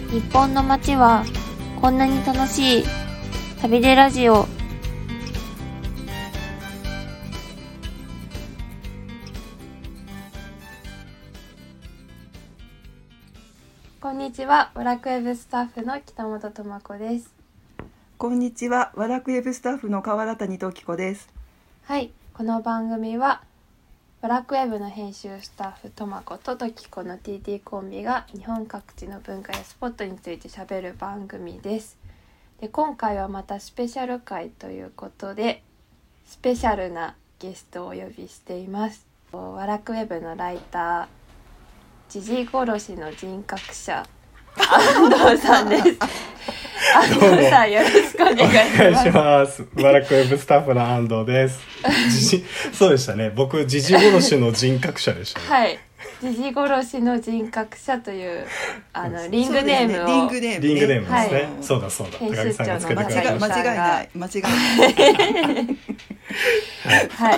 日本の街はこんなに楽しい。旅でラジオ。こんにちは、ワラクウェブスタッフの北本智子です。 こんにちは、ワラクウェブスタッフの川原谷時子です。 はい、この番組はワラクウェブの編集スタッフ智子と時子の TT コンビが日本各地の文化やスポットについてしゃべる番組です。で、今回はまたスペシャル回ということでスペシャルなゲストをお呼びしています。ワラクウェブのライター、ジジイ殺しの人格者安藤さんです。安藤さん、よろしくお願いします。 ワラクウェブスタッフの安藤です。そうでしたね。僕、ジジイ殺しの人格者でしたね。 はい。ジジイ殺しの人格者というリングネームを、 リングネームですね。 はい、 そうだそうだ。 編集長の間違いない。 はい。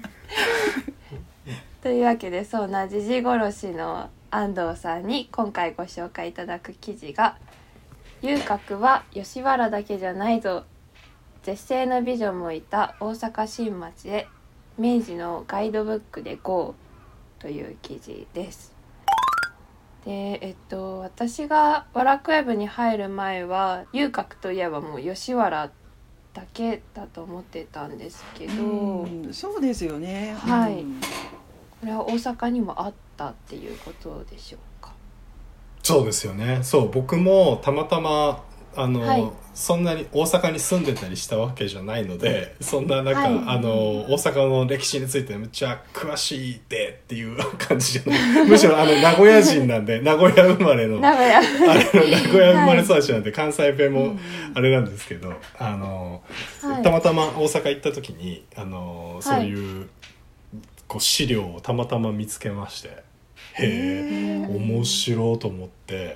というわけで、そんなジジイ殺しの安藤さんに今回ご紹介いただく記事が、遊郭は吉原だけじゃないぞ、絶世の美女もいた大阪新町へ明治のガイドブックで GO という記事です。で、私がワラクウェブに入る前は遊郭といえばもう吉原だけだと思ってたんですけど、 そうですよね。 はい、これは大阪にもあったっていうことでしょうか。 そうですよね。そう、僕もたまたまはい、 そんなに大阪に住んでたりしたわけじゃないので、そんななんか、 はい、 大阪の歴史についてめっちゃ詳しいでっていう感じじゃない。むしろ名古屋人なんで名古屋生まれの名古屋生まれ育ちなんで、関西弁もあれなんですけど、 はい、 たまたま大阪行った時にそういうこう資料をたまたま見つけまして、へえ、面白いと思って、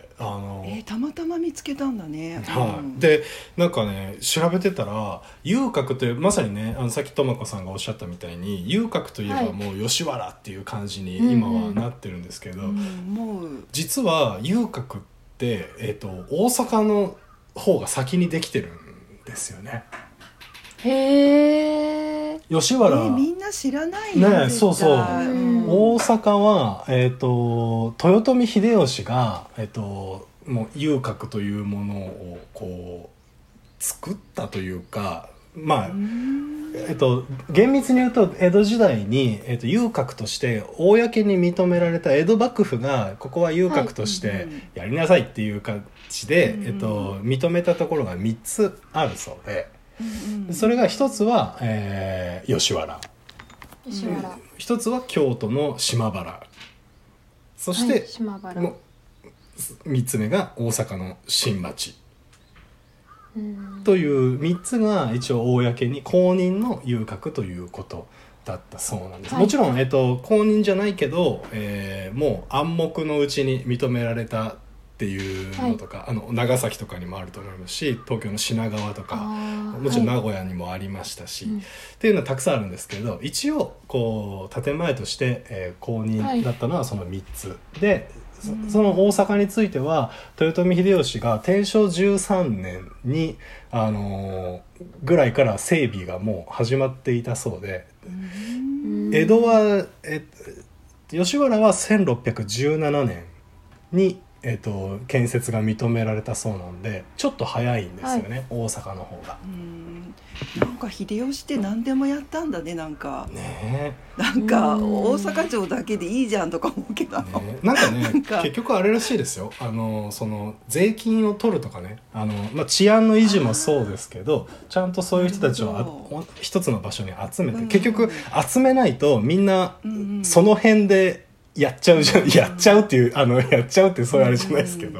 たまたま見つけたんだね。 はい、でなんかね、調べてたら遊郭という、まさにね、さっきともこさんがおっしゃったみたいに遊郭といえばもう吉原っていう感じに今はなってるんですけど、 もう実は遊郭って、大阪の方が先にできてるんですよね。 へー、 吉原、 みんな知らないよね。そうそう、大阪は、豊臣秀吉が、もう遊郭というものをこう作ったというか、まあ厳密に言うと江戸時代に、遊郭として公に認められた江戸幕府がここは遊郭としてやりなさいっていう感じで、認めたところが3つあるそうで、それが一つは、吉原、一つは京都の島原、そして、 島原、 3つ目が大阪の新町という3つが一応公に公認の遊郭ということだったそうなんです。もちろん、公認じゃないけど、もう暗黙のうちに認められたっていうのとか、長崎とかにもあると思いますし、東京の品川とかもちろん名古屋にもありましたし、っていうのはたくさんあるんですけど、一応こう建前として、公認だったのはその3つで、その大阪については豊臣秀吉が天正13年に、ぐらいから整備がもう始まっていたそうで、江戸は、吉原は1617年に建設が認められたそうなんで、ちょっと早いんですよね、大阪の方が。 なんか秀吉って何でもやったんだね。なんかね、 なんか大阪城だけでいいじゃんとか思うけど、 なんかね結局あれらしいですよ。その税金を取るとかね、治安の維持もそうですけど、ちゃんとそういう人たちを一つの場所に集めて、結局集めないとみんなその辺でやっちゃうじゃん、やっちゃうっていうやっちゃうってそういうあれじゃないですけど、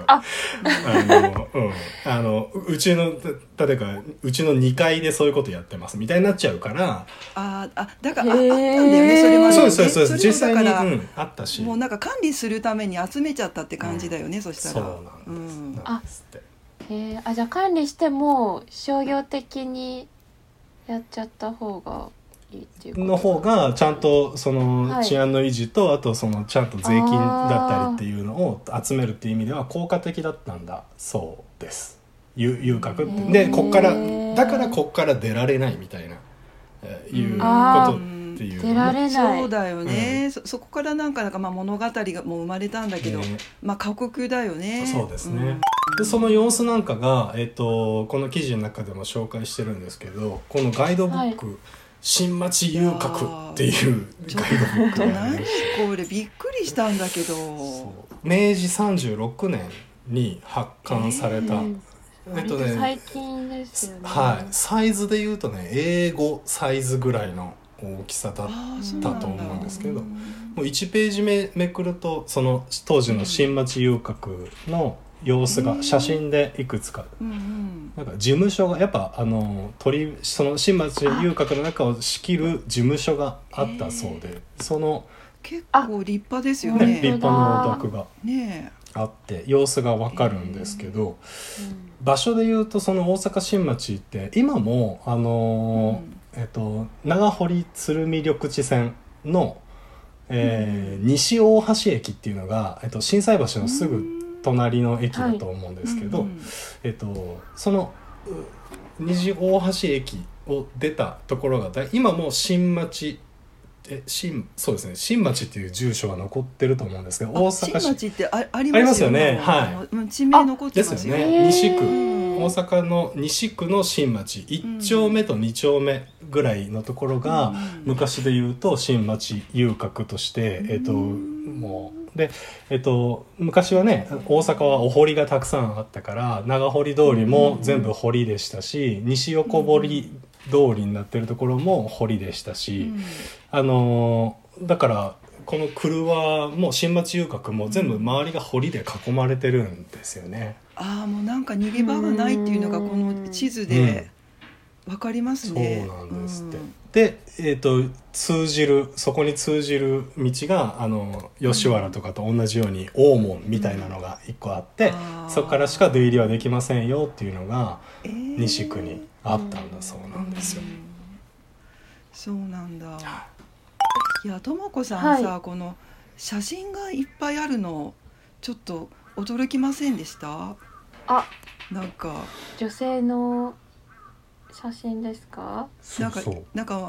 うちの例えばうちの2階でそういうことやってますみたいになっちゃうから、 だからあったんだよね、それまでね。 そうです実際に、あったし、 もうなんか管理するために集めちゃったって感じだよね、そしたら。 そうなんですって。 じゃあ管理しても商業的にやっちゃった方がいっていうことの方がちゃんとそのはい治安の維持と、あとそのちゃんと税金だったりっていうのを集めるっていう意味では効果的だったんだそうです。遊郭ってでこっからだからこっから出られないみたいないうことっていう出られないそうだよね、そこからなんかまあ物語がもう生まれたんだけど、まあ過酷だよね。 そうですね、でその様子なんかが、この記事の中でも紹介してるんですけど、このガイドブック、新町遊郭っていうガイドブックがありまして、 これびっくりしたんだけど、 明治36年に発刊された、 最近ですよね。 はい、サイズで言うとね英語サイズぐらいの大きさだったと思うんですけど、もう1ページめくるとその当時の新町遊郭の様子が写真でいくつか、なんか事務所がやっぱその新町遊郭の中を仕切る事務所があったそうで、その結構立派ですよね。 立派なお宅がねあって様子がわかるんですけど、場所で言うとその大阪新町って今も長堀鶴見緑地線の、西大橋駅っていうのが、心斎橋のすぐ隣の駅だと思うんですけど、その西大橋駅を出たところが今も新町そうですね、新町っていう住所が残ってると思うんですけど、大阪市新町ってありますよね。 はい、 地名残ってますよですよね。西区、大阪の西区の新町1丁目と2丁目ぐらいのところが、昔で言うと新町遊郭として、もうで、昔はね大阪はお堀がたくさんあったから長堀通りも全部堀でしたし、西横堀通りになってるところも堀でしたし、だからこの車も新町遊郭も全部周りが堀で囲まれてるんですよね。 もうなんか逃げ場がないっていうのがこの地図でわかりますね。 そうなんですって。で、そこに通じる道が吉原とかと同じように大門みたいなのが一個あって、そこからしか出入りはできませんよっていうのが西区にあったんだそうなんですよ。 そうなんだ。いやともこさんさ、この写真がいっぱいあるのちょっと驚きませんでした？なんか女性の写真ですか？ なんか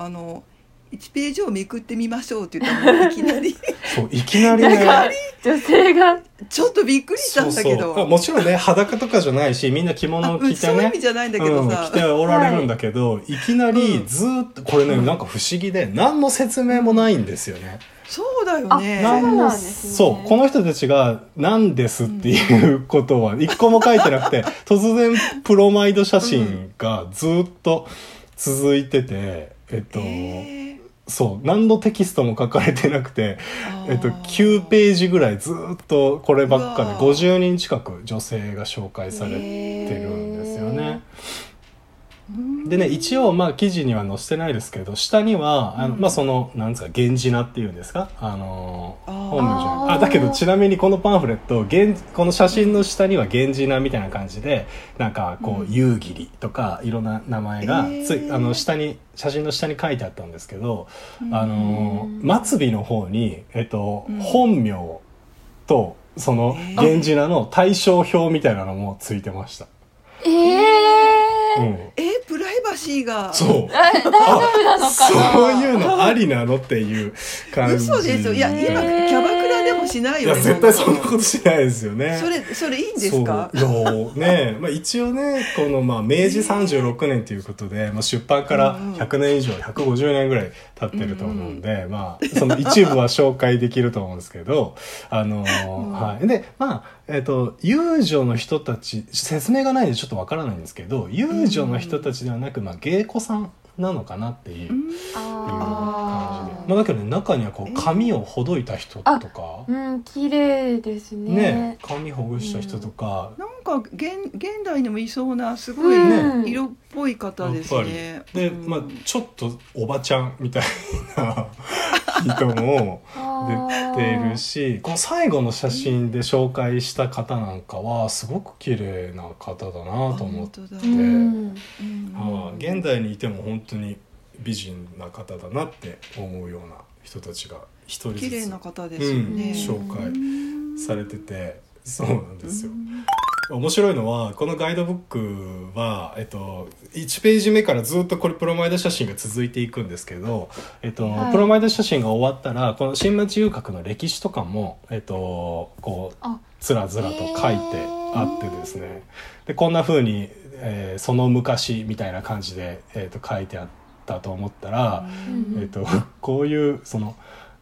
1ページをめくってみましょうって言ったのいきなりそういきなりね女性がちょっとびっくりしたんだけど、 もちろんね裸とかじゃないしみんな着物を着てね、 そういう意味じゃないんだけどさ、 着ておられるんだけど、いきなりずっとこれね、なんか不思議で何の説明もないんですよね。 そうだよね。 そうこの人たちが何ですっていうことは一個も書いてなくて、突然プロマイド写真がずっと続いてて、そう何のテキストも書かれてなくて、9ページぐらいずっとこればっかで50人近く女性が紹介されてるんですよね。でね、一応記事には載せてないですけど、下にはそのなんですか源氏名っていうんですか、本名じゃないだけど、ちなみにこのパンフレットこの写真の下には源氏名みたいな感じでなんかこう夕霧とかいろんな名前が下に写真の下に書いてあったんですけど、末尾の方に本名とその源氏名の対照表みたいなのもついてました。 プライバシーがそう大丈夫なのかな、 そういうのありなのっていう感じ。 嘘でしょ。いや今キャバクラでもしないよね。 いや絶対そんなことしないですよね。 それいいんですか？ そうね、一応ねこの明治36年ということで、出版から100年以上150年ぐらい経ってると思うんで、その一部は紹介できると思うんですけどはいで遊女の人たち説明がないのでちょっとわからないんですけど、遊女の人たちではなく芸妓さんなのかなっていう感じで、だけどね中にはこう髪をほどいた人とか、 綺麗ですね。 髪ほぐした人とか、 なんか現代にもいそうなすごい色っぽい方ですね。 でちょっとおばちゃんみたいな人も出てるし、この最後の写真で紹介した方なんかはすごく綺麗な方だなと思って、現代にいても本当に美人な方だなって思うような人たちが一人ずつ綺麗な方ですよね、 紹介されてて、そうなんですよ。面白いのはこのガイドブックは、1ページ目からずっとこれプロマイド写真が続いていくんですけど、 はい、 プロマイド写真が終わったらこの新町遊郭の歴史とかも、こうつらずらと書いてあってですね、でこんな風に、その昔みたいな感じで、書いてあったと思ったら、こういうその、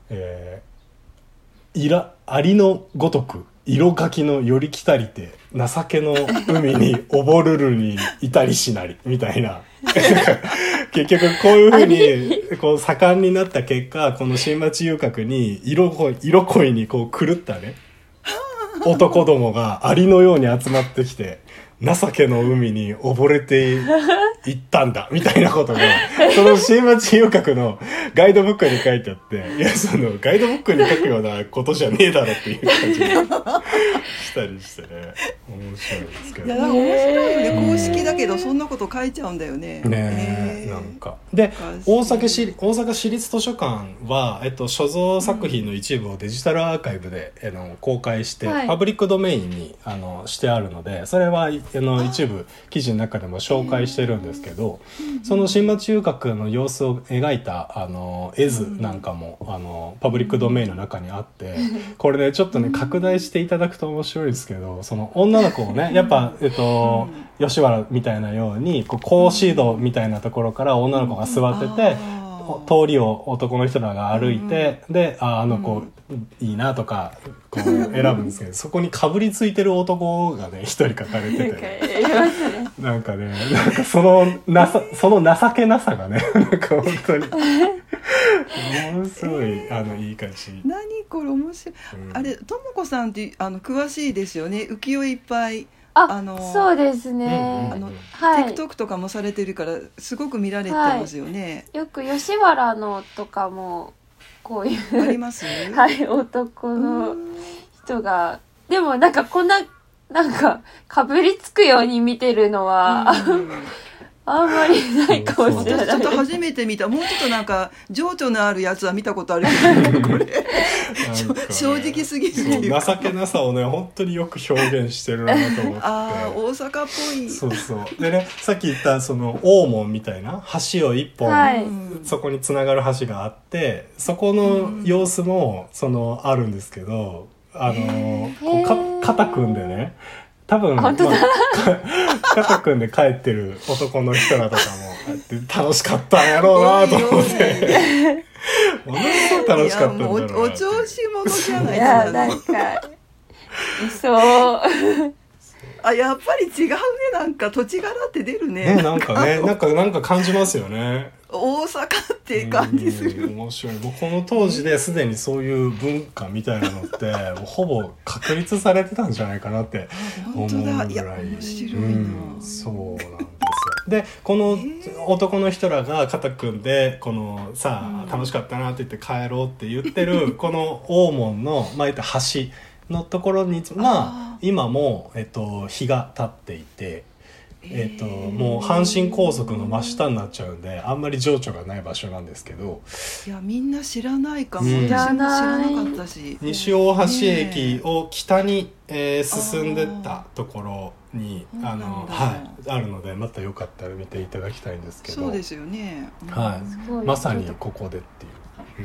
ありのごとく色かきのよりきたりて情けの海に溺るるにいたりしなりみたいな結局こういうふうにこう盛んになった結果、この新町遊郭に色恋にこう狂ったね男どもがアリのように集まってきて情けの海に溺れていったんだみたいなことがその新町遊郭のガイドブックに書いてあって、いやそのガイドブックに書くようなことじゃねえだろっていう感じがしたりしてね、面白いですけど、 いやなんか面白いよね、公式だけどそんなこと書いちゃうんだよね。 ねえ、なんかで大阪市立図書館は、所蔵作品の一部をデジタルアーカイブで、公開して、 はい、 パブリックドメインにしてあるので、それは一部記事の中でも紹介してるんですけど、その新町遊郭の様子を描いた絵図なんかもパブリックドメインの中にあって、これねちょっとね拡大していただくと面白いですけど、その女の子をねやっぱ吉原みたいなようにこう高シードみたいなところから女の子が座ってて、通りを男の人らが歩いて、であの子いいなとかこう選ぶんですけど、そこにかぶりついてる男がね一人書かれてて、なんかねなんかその情けなさがねなんか本当にものすごいいい感じ。 何これ面白い、あれともこさんって詳しいですよね、浮世絵いっぱいそうですね、 はい、TikTok とかもされてるからすごく見られてますよね、 はい、よく吉原のとかもこういうありますはい男の人がでもなんかこんななんかかぶりつくように見てるのはあんまりないかもしれない。 私ちょっと初めて見た。もうちょっとなんか情緒のあるやつは見たことあるけどこれ正直すぎるっていうか、 情けなさをね本当によく表現してるなと思って。 大阪っぽい。 そうそうでね、さっき言ったその大門みたいな橋を一本、はい、そこにつながる橋があって、そこの様子もあるんですけど、肩組んでね、多分、肩組んで帰ってる男の人らとかも楽しかったんやろうなと思ってものすごい楽しかったんだろうな。 お調子者じゃないですか。 いやなんかそうやっぱり違うね、なんか土地柄って出るね。 なんかねなんか感じますよね。 大阪って感じする。 面白い。もうこの当時ですでにそういう文化みたいなのってもうほぼ確立されてたんじゃないかなって思うぐらい。 いや面白いな、 そうなんですよ。でこの男の人らが肩組んでこのさあ楽しかったなって言って帰ろうって言ってるこの大門の言った橋のところに今も日が経っていて。もう阪神高速の真下になっちゃうんであんまり情緒がない場所なんですけど、 いやみんな知らないかも、私も知らなかったし、 西大橋駅を北に、進んでったところにあるので、またよかったら見ていただきたいんですけど。 そうですよね、 はい、まさにここでっていう、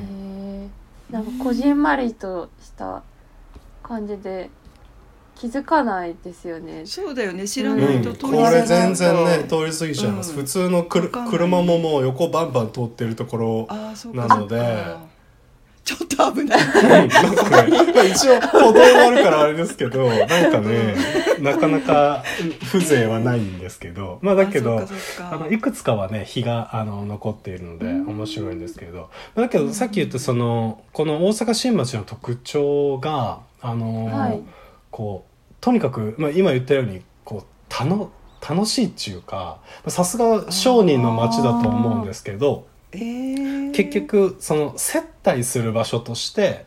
なんかこじんまりとした感じで気づかないですよね。 そうだよね、知らないとこれ全然ね通り過ぎちゃいます、普通の車ももう横バンバン通ってるところなのでちょっと危ないなんかね、一応歩道があるからあれですけどなんかねなかなか風情はないんですけど、だけどいくつかはね日が残っているので面白いんですけど、だけどさっき言ったこの大阪新町の特徴がこうとにかく、今言ったようにこう楽しいっていうか、さすが商人の町だと思うんですけど、結局その接待する場所として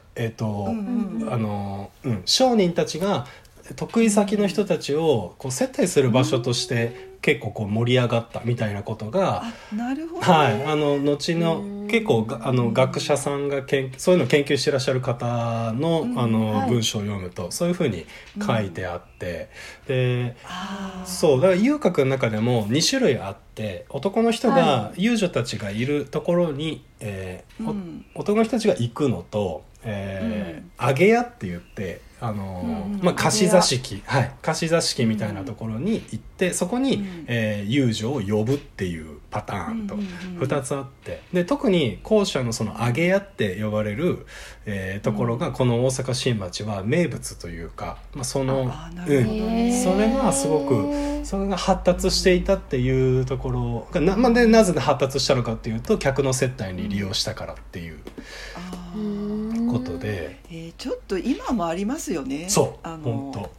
商人たちが得意先の人たちをこう接待する場所として結構こう盛り上がったみたいなことが、 なるほど、 はい、後の結構学者さんがそういうのを研究してらっしゃる方の、文章を読むとそういうふうに書いてあって、でそうだから遊郭の中でも2種類あって、男の人が、遊女たちがいるところに、男の人たちが行くのと、揚げ屋って言って貸し座敷、貸し座敷みたいなところに行って、そこに、遊女を呼ぶっていうパターンと2つあって、で特に後者のその揚げ屋って呼ばれる、ところがこの大阪新町は名物というか、そのそれがすごくそれが発達していたっていうところがなぜ発達したのかっていうと、客の接待に利用したからっていうことで、 ちょっと今もありますよね。 そう本当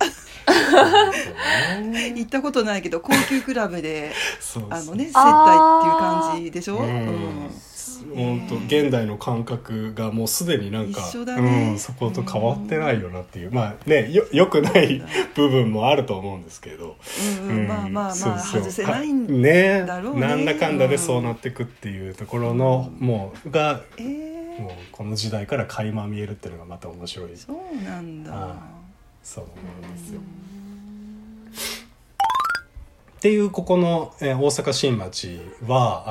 行ったことないけど高級クラブで接待っていう感じでしょ。 本当現代の感覚がもうすでになんか、そこと変わってないよなっていう、よくない部分もあると思うんですけど、 外せないんだろうね。 なんだかんだでそうなっていくっていうところの、もうが、もうこの時代から垣間見えるっていうのがまた面白い。 そうなんだ。 そうなんですよ。っていうここの、大阪新町は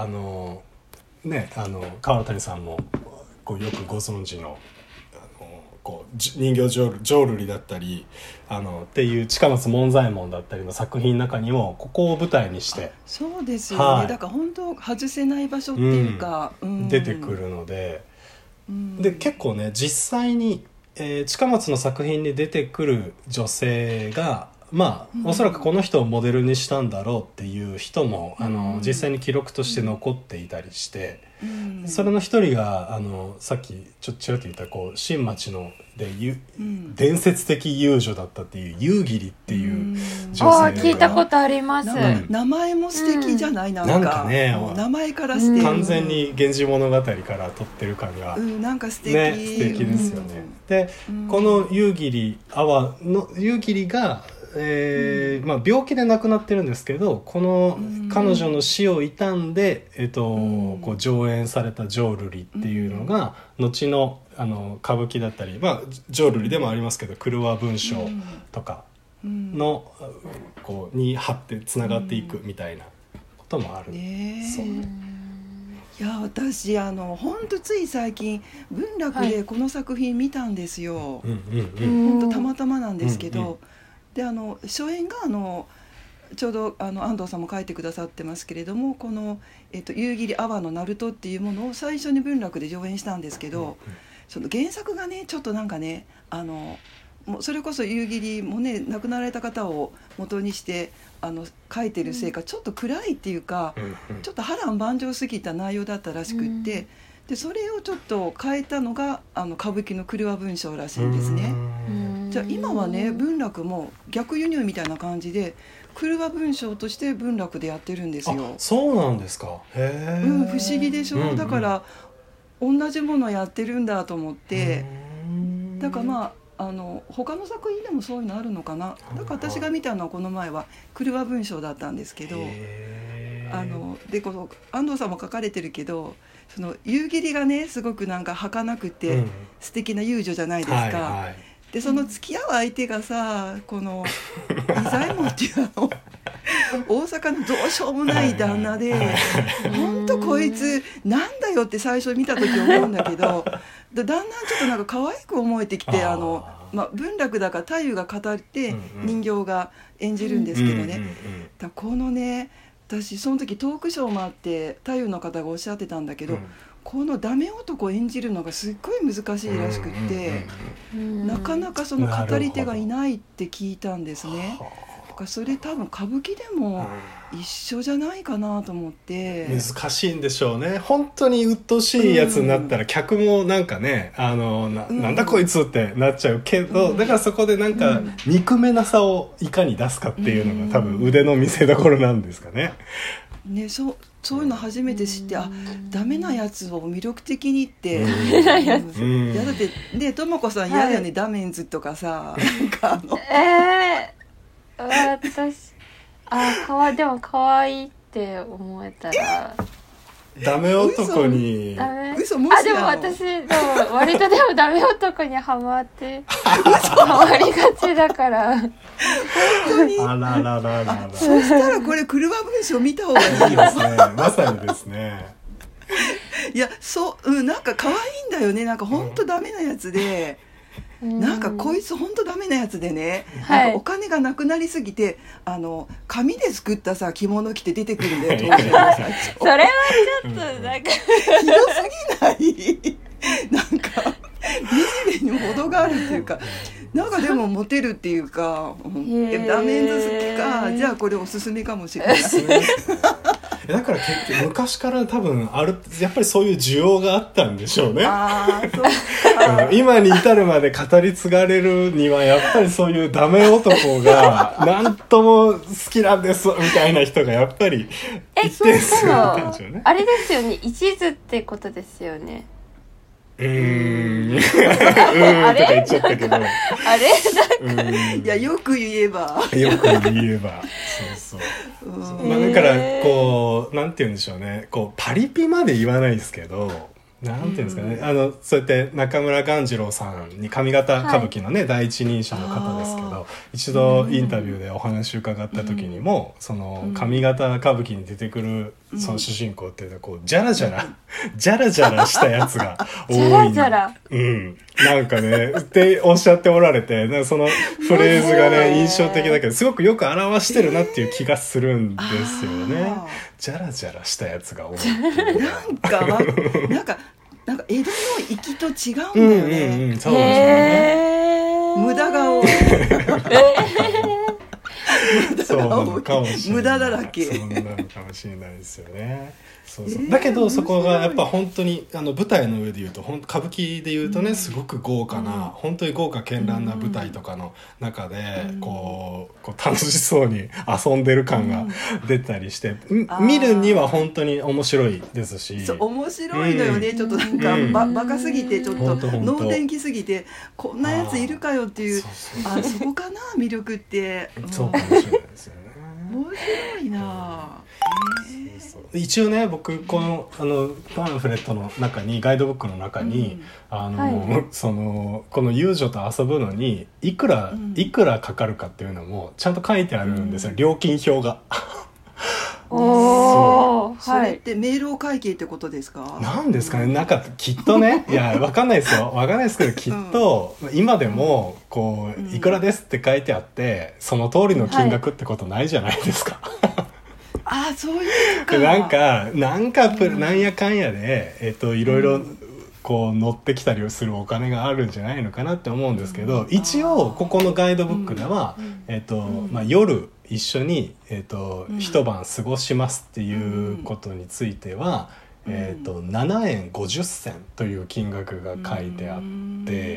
川谷さんもこうよくご存知のこう人形浄瑠璃だったりっていう近松門左衛門だったりの作品の中にもここを舞台にして、 そうですよね、だから本当外せない場所っていうか、 出てくるので、で結構ね実際に、近松の作品に出てくる女性がおそらくこの人をモデルにしたんだろうっていう人も実際に記録として残っていたりして、それの一人がさっきちょっとちらっと言ったこう新町ので伝説的遊女だったっていう夕霧っていう女性が聞いたことあります。 名前も素敵じゃない、 なんかね、 名前から素敵、 完全に源氏物語から撮ってる感が、 なんか素敵、 素敵ですよね。でこの夕霧が病気で亡くなってるんですけど、この彼女の死を悼んで、こう上演された浄瑠璃っていうのが、後の歌舞伎だったり、浄瑠璃でもありますけど狂わ文章とかの、こうに張ってつながっていくみたいなこともある。そういや私ほんとつい最近文楽でこの作品見たんですよ。ほんとたまたまなんですけど、で初演がちょうど安藤さんも書いてくださってますけれども、この「夕霧阿波の鳴門」っていうものを最初に文楽で上演したんですけど、その原作がねちょっとなんかねもうそれこそ夕霧もね亡くなられた方を元にして書いてるせいかちょっと暗いっていうか、ちょっと波乱万丈すぎた内容だったらしくって、でそれをちょっと変えたのが歌舞伎の狂わ文章らしいんですね。じゃあ今はね文楽も逆輸入みたいな感じで狂わ文章として文楽でやってるんですよ。 そうなんですか。へー、不思議でしょ、だから同じものやってるんだと思って、だから他の作品でもそういうのあるのかな。だから私が見たのはこの前は狂わ文章だったんですけど、でこの安藤さんも書かれてるけど、その夕霧がねすごくなんか儚くて素敵な遊女じゃないですか。でその付き合う相手がさ、この伊左衛門っていう大阪のどうしようもない旦那で、ほんとこいつなんだよって最初見た時思うんだけど、だんだんちょっとなんか可愛く思えてきて、文楽だから太夫が語って人形が演じるんですけどね、だこのね私その時トークショーもあって太夫の方がおっしゃってたんだけど、このダメ男を演じるのがすっごい難しいらしくって、なかなかその語り手がいないって聞いたんですね。それ多分歌舞伎でも一緒じゃないかなと思って、 難しいんでしょうね。本当に鬱陶しいやつになったら客もなんかねなんだこいつってなっちゃうけど、だからそこでなんか憎めなさをいかに出すかっていうのが多分腕の見せ所なんですかね。 そういうの初めて知って、ダメなやつを魅力的にって、いやだってねともこさん嫌だよね、ダメンズとかさ、なんか私でも可愛いって思えたらダメ男に嘘もしでも私でも割とでもダメ男にハマってハマりがちだから本当にあらららららそしたらこれ車文章見た方がいいよいいですねまさにですねいやなんか可愛いんだよね。なんか本当ダメなやつで、なんかこいつ本当ダメなやつでね、なんかお金がなくなりすぎて紙で作ったさ着物着て出てくるんだよ当時それはちょっとなんかひどすぎないなんか惨めにも程があるっていうか、なんかでもモテるっていうか、ダメンズ好きか、じゃあこれおすすめかもしれないだから結局昔から多分やっぱりそういう需要があったんでしょうね。今に至るまで語り継がれるにはやっぱりそういうダメ男がなんとも好きなんですみたいな人がやっぱり一定数いたんでしょうね。 あれですよね、一途ってことですよね。 とか言っちゃったけどあれいやよく言えばそうだからこうなんて言うんでしょうね、こうパリピまで言わないですけど、なんていうんですかね、そうやって中村鴈治郎さんに上方歌舞伎のね、第一人者の方ですけど、一度インタビューでお話伺った時にも、その上方歌舞伎に出てくるその主人公っていうのはこうジャラジャラしたやつが多いなんかねっておっしゃっておられて、なんかそのフレーズがね印象的だけどすごくよく表してるなっていう気がするんですよね。ジャラジャラしたやつが多いなんか江戸の粋と違うんだよね。 そうですね。 無駄が多い。無駄だらけ。 そうなのかもしれないですよね。だけどそこがやっぱ本当に舞台の上でいうと歌舞伎でいうとね、すごく豪華な、本当に豪華絢爛な舞台とかの中でこう楽しそうに遊んでる感が出たりして、見るには本当に面白いですし、 面白いのよね。ちょっとなんかバカすぎてちょっと能天気すぎてこんなやついるかよっていう、そこかな魅力って。 そうかもしれないですよね。 面白いな。 一応ね僕このパンフレットの中にガイドブックの中に、そのこの遊女と遊ぶのにいくらかかるかっていうのもちゃんと書いてあるんですよ、料金表が。 それって明朗会計ってことですか？ なんですかね、なんかきっとね、いやわかんないですよ、わかんないですけど、きっと今でもこういくらですって書いてあってその通りの金額ってことないじゃないですか。 そういうか。 なんやかんやでいろいろこう乗ってきたりするお金があるんじゃないのかなって思うんですけど、一応ここのガイドブックでは夜一緒に一晩過ごしますっていうことについては7円50銭という金額が書いてあって、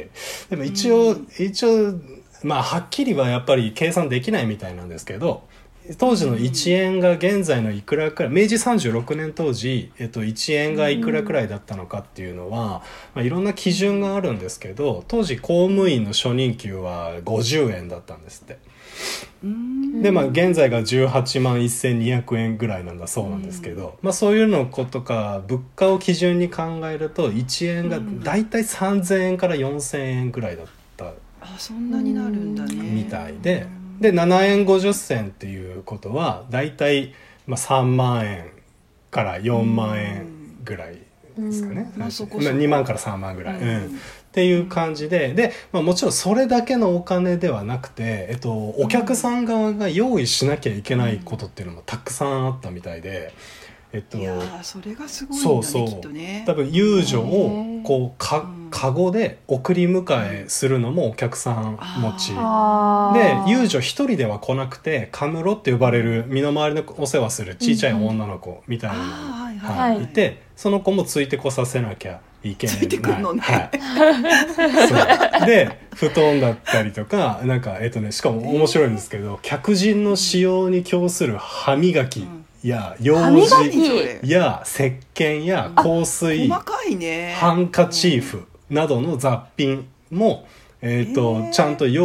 でも一応はっきりはやっぱり計算できないみたいなんですけど、当時の1円が現在のいくらくらい、明治36年当時、1円がいくらくらいだったのかっていうのは、いろんな基準があるんですけど、当時公務員の初任給は50円だったんですって。で現在が18万1200円ぐらいなんだそうなんですけど、そういうのことか物価を基準に考えると1円がだいたい3000円から4000円ぐらいだった。 そんなになるんだね。 みたいで7円50銭っていうことはだいたい3万円から4万円ぐらいですかね、2万から3万ぐらい、っていう感じで、もちろんそれだけのお金ではなくて、お客さん側が用意しなきゃいけないことっていうのもたくさんあったみたいで、 いやそれがすごいんだね、きっとね。 多分遊女をこうカゴで送り迎えするのもお客さん持ちで、遊女一人では来なくてカムロって呼ばれる身の回りのお世話するちいちゃい女の子みたいなのがいて、その子もついてこさせなきゃいけない。 ついてくるのね。 そうで布団だったりとかしかも面白いんですけど、客人の使用に供する歯磨きや用紙や石鹸や香水、 細かいね、 ハンカチーフなどの雑品もちゃんと用意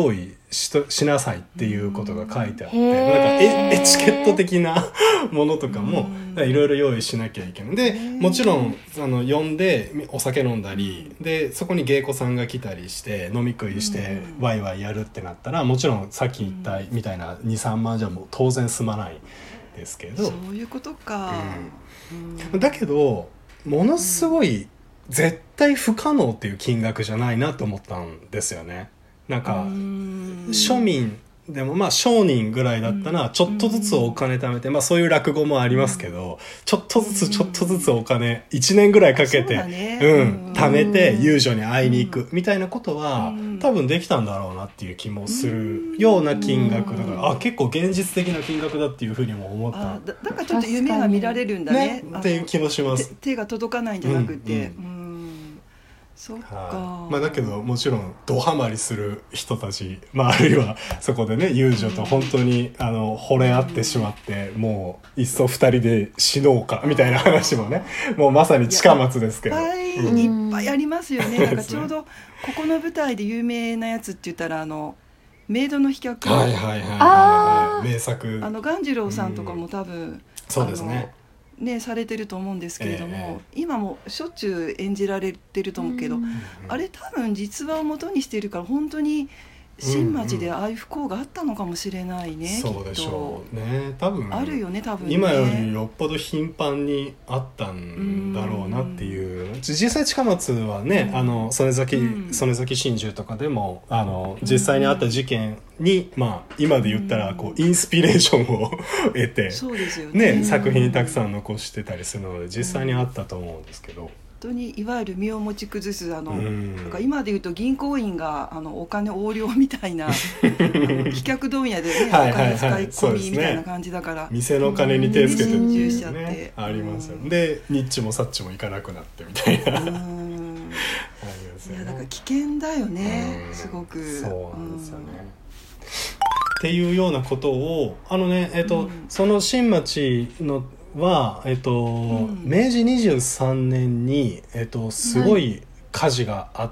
しなさいっていうことが書いてあって、なんかエチケット的なものとかもいろいろ用意しなきゃいけない。でもちろん呼んでお酒飲んだりで、そこに芸妓さんが来たりして飲み食いしてワイワイやるってなったら、もちろんさっき言ったみたいな 2,3 万じゃもう当然済まないですけど、 そういうことか、 だけどものすごい絶対不可能っていう金額じゃないなと思ったんですよね。なんか庶民でもまあ商人ぐらいだったらちょっとずつお金貯めて、まあそういう落語もありますけど、ちょっとずつお金1年ぐらいかけて貯めて遊女に会いに行くみたいなことは多分できたんだろうなっていう気もするような金額だから、結構現実的な金額だっていうふうにも思った。 だからちょっと夢が見られるんだねっていう気もします。 手が届かないんじゃなくて、そっか。 まあだけどもちろんドハマりする人たち、まああるいはそこでね遊女と本当に惚れ合ってしまって、もういっそ二人で死のうかみたいな話もね、もうまさに近松ですけど、 いっぱいありますよね。なんかちょうどここの舞台で有名なやつって言ったらメイドの飛脚、名作、鴈治郎さんとかも多分、 そうですね。 されてると思うんですけれども、今もしょっちゅう演じられてると思うけど、あれ多分実話を元にしているから本当に新町でああいう不幸があったのかもしれないね、 そうでしょうね。多分あるよね、多分ね。 今よりよっぽど頻繁にあったんだろうなっていう。実際近松はね、曽根崎心中とかでも実際にあった事件に、まあ今で言ったらこうインスピレーションを得て、 そうですよね、 作品にたくさん残してたりするので実際にあったと思うんですけど。 本当にいわゆる身を持ち崩すなんか今で言うと銀行員がお金横領みたいな飛脚問屋でね、お金使い込みみたいな感じだから、 店の金に手つけてるっていうね、ありますよね。でニッチもサッチもいかなくなってみたいな。いやだから危険だよね、すごく。 そうなんですよね。っていうようなことをその新町のは明治23年にすごい火事があって、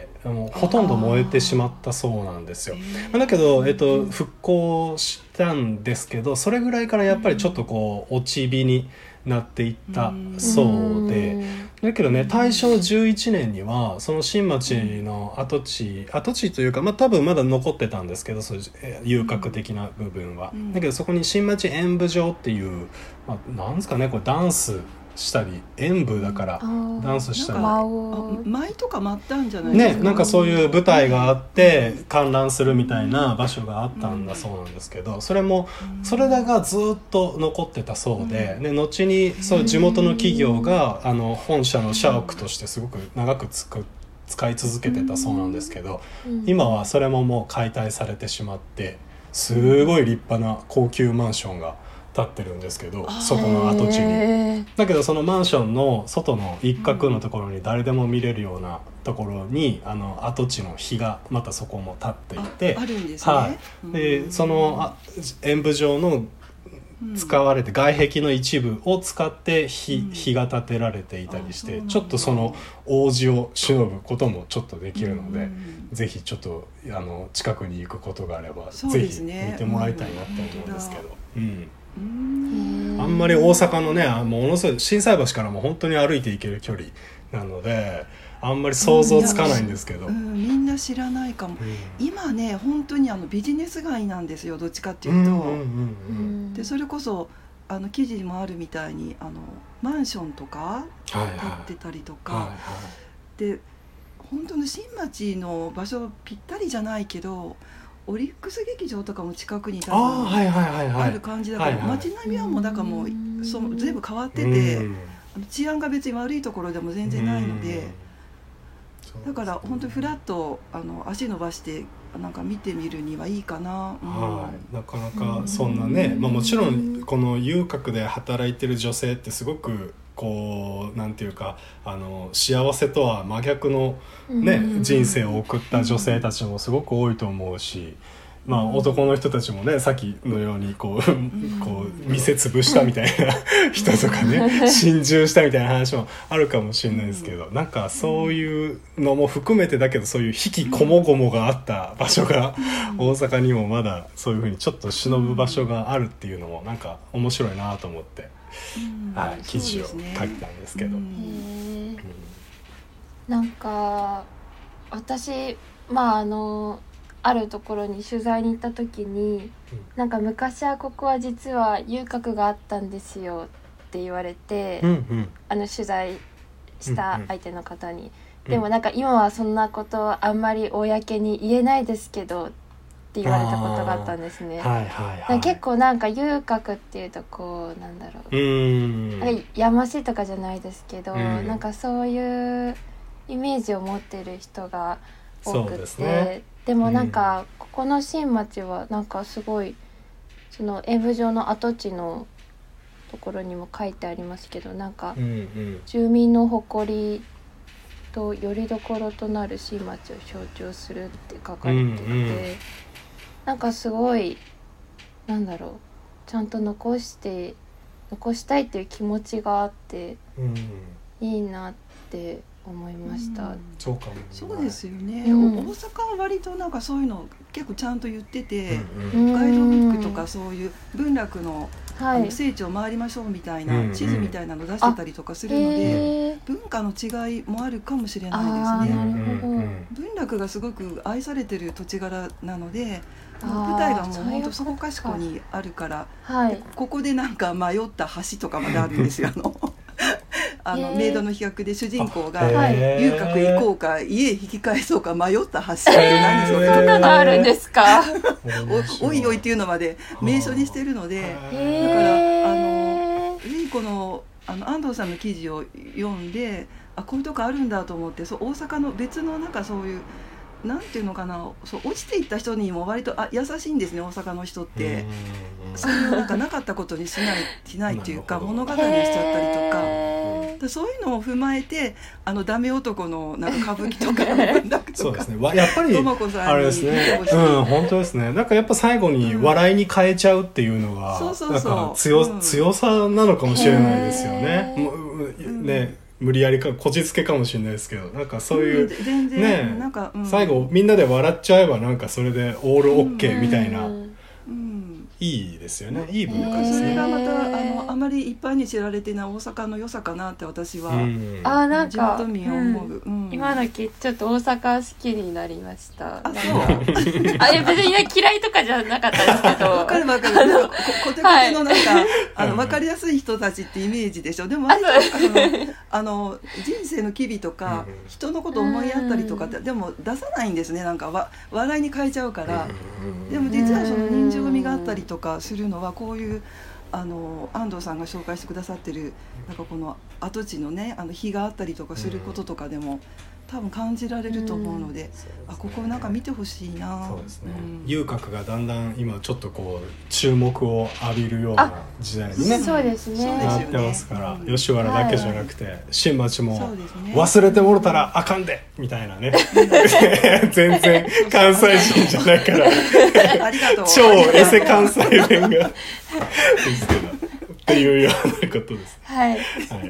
ほとんど燃えてしまったそうなんですよ。だけど復興したんですけど、それぐらいからやっぱりちょっとこう落ち火になっていったそうで、だけどね、大正11年にはその新町の跡地というか、まあ多分まだ残ってたんですけど、そういう遊郭的な部分は、だけどそこに新町演舞場っていう、まあ、なんですかね、これダンスしたり、演舞だからダンスしたり、 舞とか舞ったんじゃないですかね、なんかそういう舞台があって観覧するみたいな場所があったんだそうなんですけど、それらがずっと残ってたそうで、後にそう地元の企業が本社の社屋としてすごく長く使い続けてたそうなんですけど、今はそれももう解体されてしまって、すごい立派な高級マンションが建ってるんですけど、外の跡地に。だけどそのマンションの外の一角のところに誰でも見れるようなところに跡地の碑がまたそこも建っていて、 あるんですね。 でその演舞場の使われて外壁の一部を使って碑が建てられていたりして、ちょっとその王子を偲ぶこともちょっとできるので、ぜひちょっと近くに行くことがあれば、ぜひ見てもらいたいなって思うんですけど、あんまり大阪のね、ものすごい心斎橋からも本当に歩いて行ける距離なので、あんまり想像つかないんですけど、 みんな知らないかも。今ね、本当にビジネス街なんですよ、どっちかっていうと。でそれこそ記事にもあるみたいにマンションとか建ってたりとか、で本当の新町の場所ぴったりじゃないけど、オリックス劇場とかも近くに多分ある感じだから、街並みはもうだからもう全部変わってて、治安が別に悪いところでも全然ないので、だから本当にフラッと足伸ばしてなんか見てみるにはいいかな。 なかなかそんなね、もちろんこの遊郭で働いてる女性ってすごくこうなんていうか幸せとは真逆の、ね、人生を送った女性たちもすごく多いと思うし、 まあ男の人たちもねさっきのようにこう店潰したみたいな人とかね心中したみたいな話もあるかもしれないですけど、なんかそういうのも含めてだけど、そういう引きこもごもがあった場所が大阪にもまだそういう風にちょっと忍ぶ場所があるっていうのもなんか面白いなと思って、はい、記事を書いたんですけど、 なんか私あるところに取材に行った時に、なんか昔はここは実は遊郭があったんですよって言われて、取材した相手の方に、でもなんか今はそんなことあんまり公に言えないですけどって言われたことがあったんですね。結構なんか遊郭っていうとこうなんだろう、なんかやましいとかじゃないですけど、なんかそういうイメージを持ってる人が多くて、でもなんかここの新町はなんかすごいその演舞場の跡地のところにも書いてありますけど、なんか住民の誇りと拠り所となる新町を象徴するって書かれていて、なんかすごいなんだろう、ちゃんと残したいっていう気持ちがあっていいなって思いました。 そうですよね、大阪は割となんかそういうの結構ちゃんと言ってて、ガイドブックとかそういう文楽の聖地を回りましょうみたいな地図みたいなの出してたりとかするので、文化の違いもあるかもしれないですね。文楽がすごく愛されてる土地柄なので、舞台がもう本当そこかしこにあるから、ここでなんか迷った橋とかまであるんですよ。メイドの飛躍で主人公が遊郭行こうか家へ引き返そうか迷った橋、何それそんなのあるんですか？ おいおいっていうのまで名所にしてるので、だからぜひこの安藤さんの記事を読んで、こういうとこあるんだと思って、大阪の別のなんかそういうなんていうのかな、落ちていった人にも割と優しいんですね、大阪の人って。そういうなんかなかったことにしないっていうか物語にしちゃったりとか、そういうのを踏まえてダメ男のなんか歌舞伎とか文楽とか、そうですね、 やっぱりあれですね、本当ですね。なんかやっぱ最後に笑いに変えちゃうっていうのがなんか強さなのかもしれないですよね。無理やりかこじつけかもしれないですけど、なんかそういう、ね、なんか、最後みんなで笑っちゃえばなんかそれでオールオッケーみたいな、いいですよね、いい文化ですね。 それがまたあまり一般に知られてない大阪の良さかなって私は、 なんか地元民は思う、 今のちょっと大阪好きになりました。 そう別に嫌いとかじゃなかったですけど、 わかるコテコテのなんか分かりやすい人たちってイメージでしょ。でも割と人生の機微とか人のこと思いやったりとかってでも出さないんですね。なんか笑いに変えちゃうから。でも実はその人情味があったりとかするのはこういう安藤さんが紹介してくださってるなんかこの跡地のね碑があったりとかすることとかでも多分感じられると思うので、ここなんか見てほしいな。 そうですね、遊郭がだんだん今ちょっとこう注目を浴びるような時代にねそうですねなってますから、吉原だけじゃなくて新町も忘れてもろたらあかんでみたいなね全然関西人じゃないからありがとう超エセ関西弁がですけどっていうようなことです。 はい、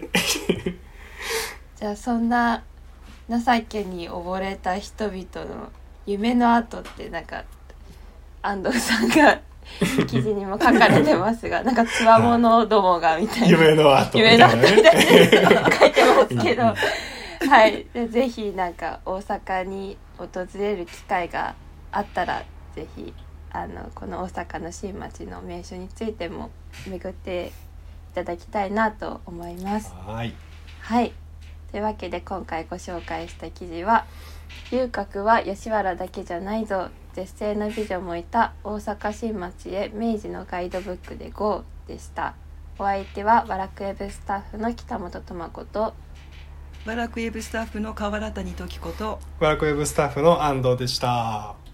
じゃあそんな情けに溺れた人々の夢の後ってなんか安藤さんが記事にも書かれてますがなんかつわものどもがみたいな夢の後みたいなね書いてますけどはい、ぜひなんか大阪に訪れる機会があったらぜひこの大阪の新町の名所についても巡っていただきたいなと思います。 はい、 というわけで今回ご紹介した記事は遊郭は吉原だけじゃないぞ、絶世の美女もいた大阪新町へ明治のガイドブックで GO でした。お相手はワラクウェブスタッフの北本智子とワラクウェブスタッフの河原谷時子とワラクウェブスタッフの安藤でした。